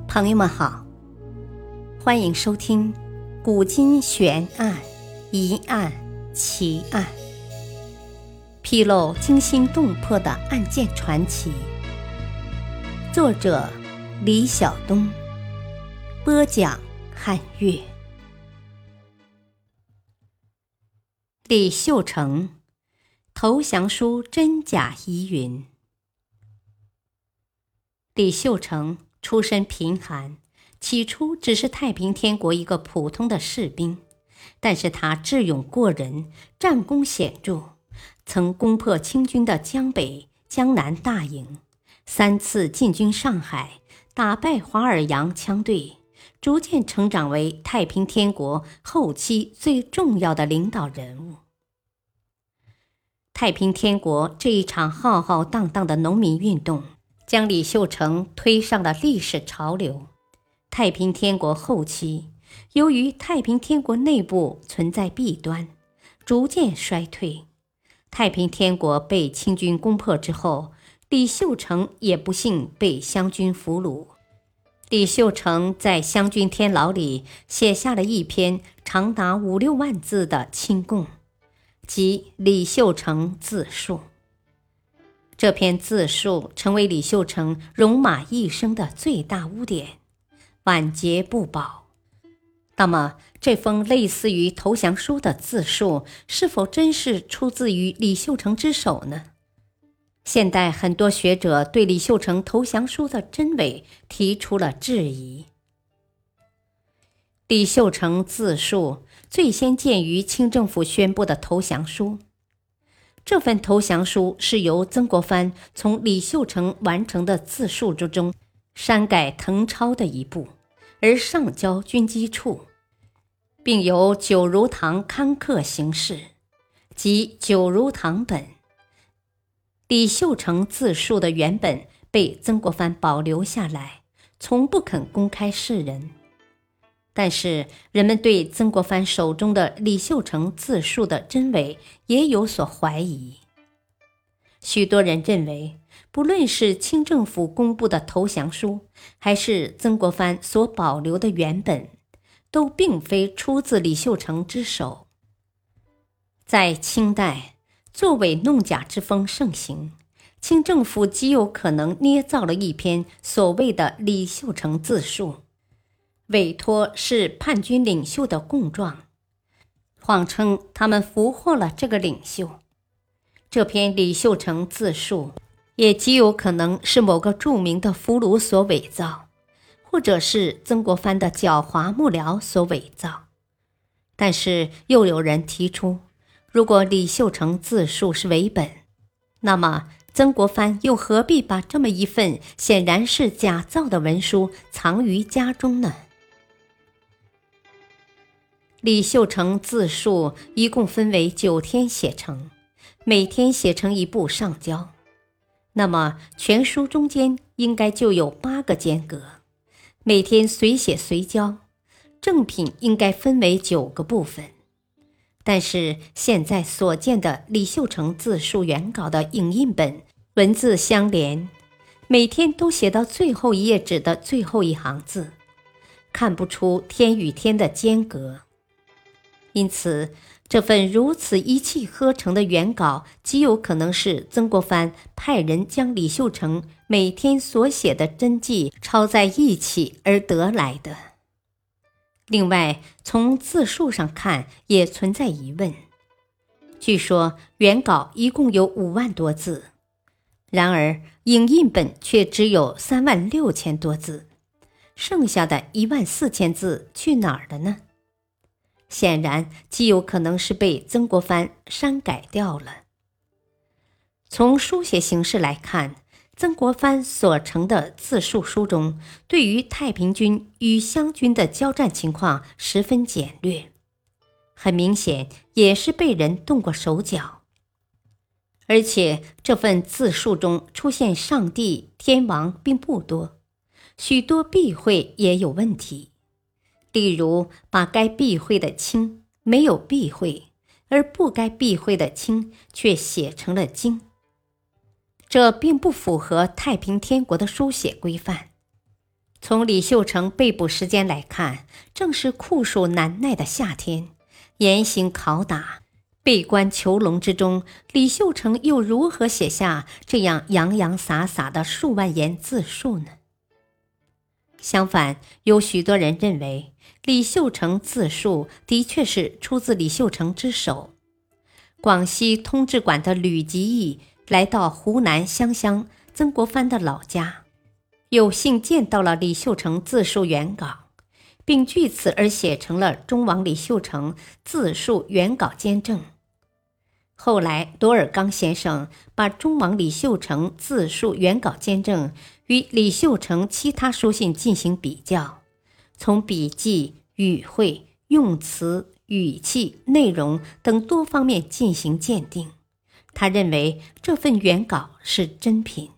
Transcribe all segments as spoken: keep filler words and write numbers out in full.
朋友们好，欢迎收听古今悬案、疑案、奇案，披露惊心动魄的案件传奇。作者李晓东，播讲汉月。李秀成投降书真假疑云。李秀成出身贫寒，起初只是太平天国一个普通的士兵，但是他智勇过人，战功显著，曾攻破清军的江北、江南大营，三次进军上海，打败华尔洋枪队，逐渐成长为太平天国后期最重要的领导人物。太平天国这一场浩浩荡荡的农民运动，将李秀成推上了历史潮流。太平天国后期，由于太平天国内部存在弊端，逐渐衰退。太平天国被清军攻破之后，李秀成也不幸被湘军俘虏。李秀成在湘军天牢里写下了一篇长达五六万字的清供，即李秀成自述。这篇自述成为李秀成戎马一生的最大污点，晚节不保。那么，这封类似于投降书的自述，是否真是出自于李秀成之手呢？现代很多学者对李秀成投降书的真伪提出了质疑。李秀成自述最先见于清政府宣布的投降书。这份投降书是由曾国藩从李秀成完成的自述之中删改誊抄的一部，而上交军机处，并由九如堂刊刻形式，即九如堂本。李秀成自述的原本被曾国藩保留下来，从不肯公开示人。但是人们对曾国藩手中的李秀成自述的真伪也有所怀疑。许多人认为，不论是清政府公布的投降书，还是曾国藩所保留的原本，都并非出自李秀成之手。在清代，作伪弄假之风盛行，清政府极有可能捏造了一篇所谓的李秀成自述，委托是叛军领袖的供状，谎称他们俘获了这个领袖。这篇李秀成自述也极有可能是某个著名的俘虏所伪造，或者是曾国藩的狡猾幕僚所伪造。但是又有人提出，如果李秀成自述是伪本，那么曾国藩又何必把这么一份显然是假造的文书藏于家中呢？李秀成自述一共分为九天写成，每天写成一部上交。那么全书中间应该就有八个间隔，每天随写随交，正品应该分为九个部分。但是现在所见的李秀成自述原稿的影印本，文字相连，每天都写到最后一页纸的最后一行字，看不出天与天的间隔。因此，这份如此一气呵成的原稿极有可能是曾国藩派人将李秀成每天所写的真迹抄在一起而得来的。另外，从字数上看也存在疑问。据说原稿一共有五万多字，然而影印本却只有三万六千多字，剩下的一万四千字去哪儿了呢？显然极有可能是被曾国藩删改掉了。从书写形式来看，曾国藩所成的自述书中，对于太平军与湘军的交战情况十分简略，很明显也是被人动过手脚。而且这份自述中出现上帝、天王并不多，许多避讳也有问题。例如把该避讳的清没有避讳，而不该避讳的清却写成了经，这并不符合太平天国的书写规范。 从李秀成被捕时间来看，正是酷暑难耐的夏天，严刑拷打，被关囚笼之中，李秀成又如何写下这样洋洋洒洒的数万言自述呢？相反，有许多人认为李秀成自述的确是出自李秀成之手。广西通志馆的吕吉义来到湖南湘乡曾国藩的老家，有幸见到了李秀成自述原稿，并据此而写成了中王李秀成自述原稿监证。后来多尔冈先生把中王李秀成自述原稿监证与李秀成其他书信进行比较，从笔记、语汇、用词、语气、内容等多方面进行鉴定，他认为这份原稿是真品。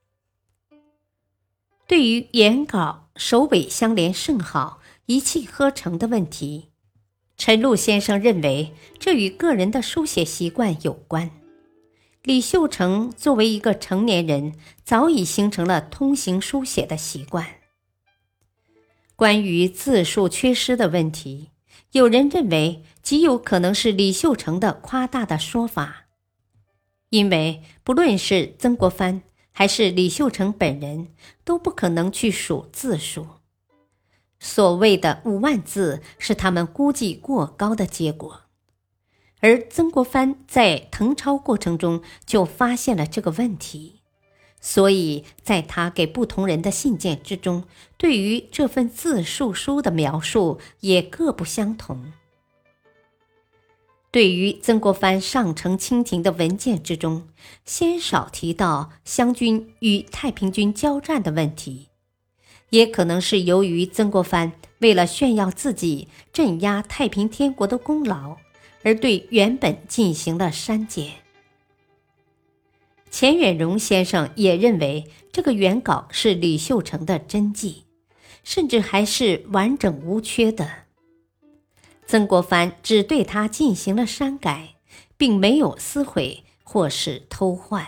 对于原稿首尾相连甚好、一气呵成的问题，陈露先生认为这与个人的书写习惯有关。李秀成作为一个成年人，早已形成了通行书写的习惯。关于字数缺失的问题，有人认为极有可能是李秀成的夸大的说法，因为不论是曾国藩还是李秀成本人，都不可能去数字数。所谓的五万字是他们估计过高的结果，而曾国藩在誊抄过程中就发现了这个问题，所以在他给不同人的信件之中，对于这份字数书的描述也各不相同。对于曾国藩上呈清廷的文件之中，鲜少提到湘军与太平军交战的问题，也可能是由于曾国藩为了炫耀自己镇压太平天国的功劳，而对原本进行了删减。钱远荣先生也认为这个原稿是李秀成的真迹，甚至还是完整无缺的。曾国藩只对他进行了删改，并没有撕毁或是偷换。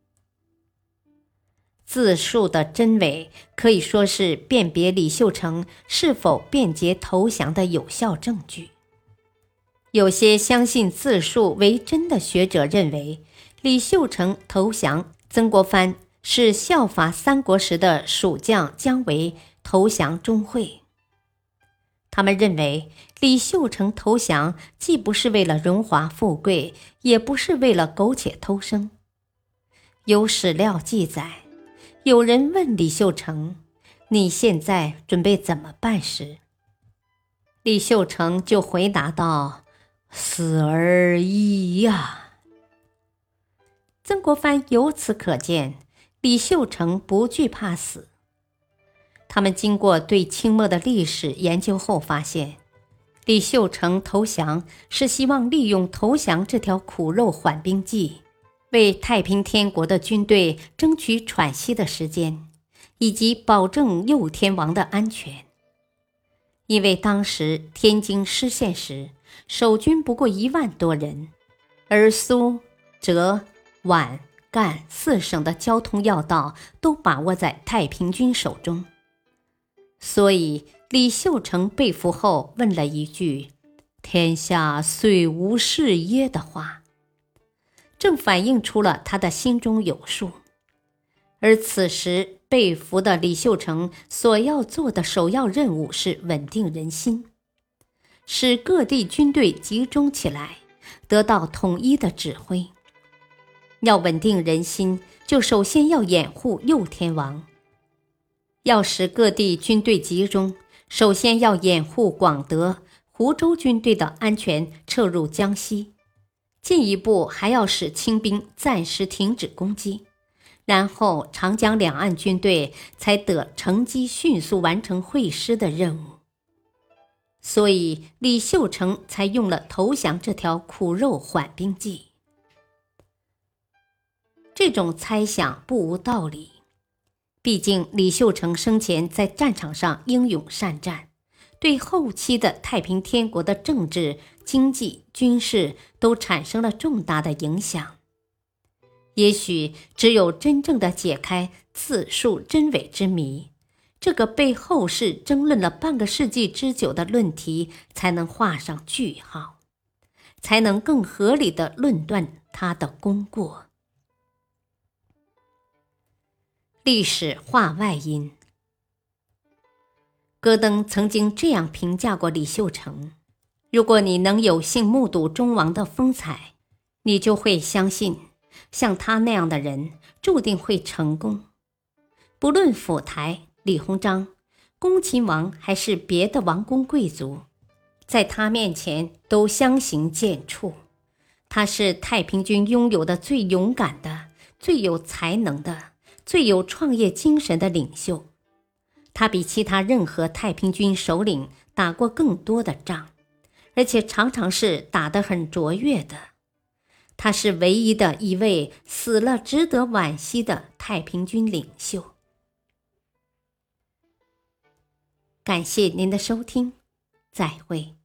字数的真伪可以说是辨别李秀成是否便捷投降的有效证据。有些相信字数为真的学者认为，李秀成投降曾国藩是效法三国时的蜀将姜维投降钟会。他们认为李秀成投降既不是为了荣华富贵，也不是为了苟且偷生。有史料记载，有人问李秀成：“你现在准备怎么办时？”李秀成就回答道：“死而已呀。”曾国藩由此可见，李秀成不惧怕死。他们经过对清末的历史研究后发现，李秀成投降是希望利用投降这条苦肉缓兵计，为太平天国的军队争取喘息的时间，以及保证右天王的安全。因为当时天津失陷时，守军不过一万多人，而苏、浙、皖、赣四省的交通要道都把握在太平军手中。所以李秀成被俘后问了一句“天下虽无事耶”的话，正反映出了他的心中有数。而此时被俘的李秀成所要做的首要任务是稳定人心，使各地军队集中起来，得到统一的指挥。要稳定人心，就首先要掩护右天王。要使各地军队集中，首先要掩护广德、湖州军队的安全撤入江西，进一步还要使清兵暂时停止攻击，然后长江两岸军队才得乘机迅速完成会师的任务。所以李秀成才用了投降这条苦肉缓兵计。这种猜想不无道理，毕竟李秀成生前在战场上英勇善战，对后期的太平天国的政治、经济、军事都产生了重大的影响。也许只有真正的解开字数真伪之谜， 这个被后世争论了半个世纪之久的论题才能画上句号，才能更合理地论断他的功过。历史话外音：戈登曾经这样评价过李秀成：如果你能有幸目睹忠王的风采，你就会相信，像他那样的人注定会成功。不论府台、李鸿章、恭亲王还是别的王公贵族，在他面前都相形见绌。他是太平军拥有的最勇敢的、最有才能的、最有创业精神的领袖。他比其他任何太平军首领打过更多的仗，而且常常是打得很卓越的。他是唯一的一位死了值得惋惜的太平军领袖。感谢您的收听，再会。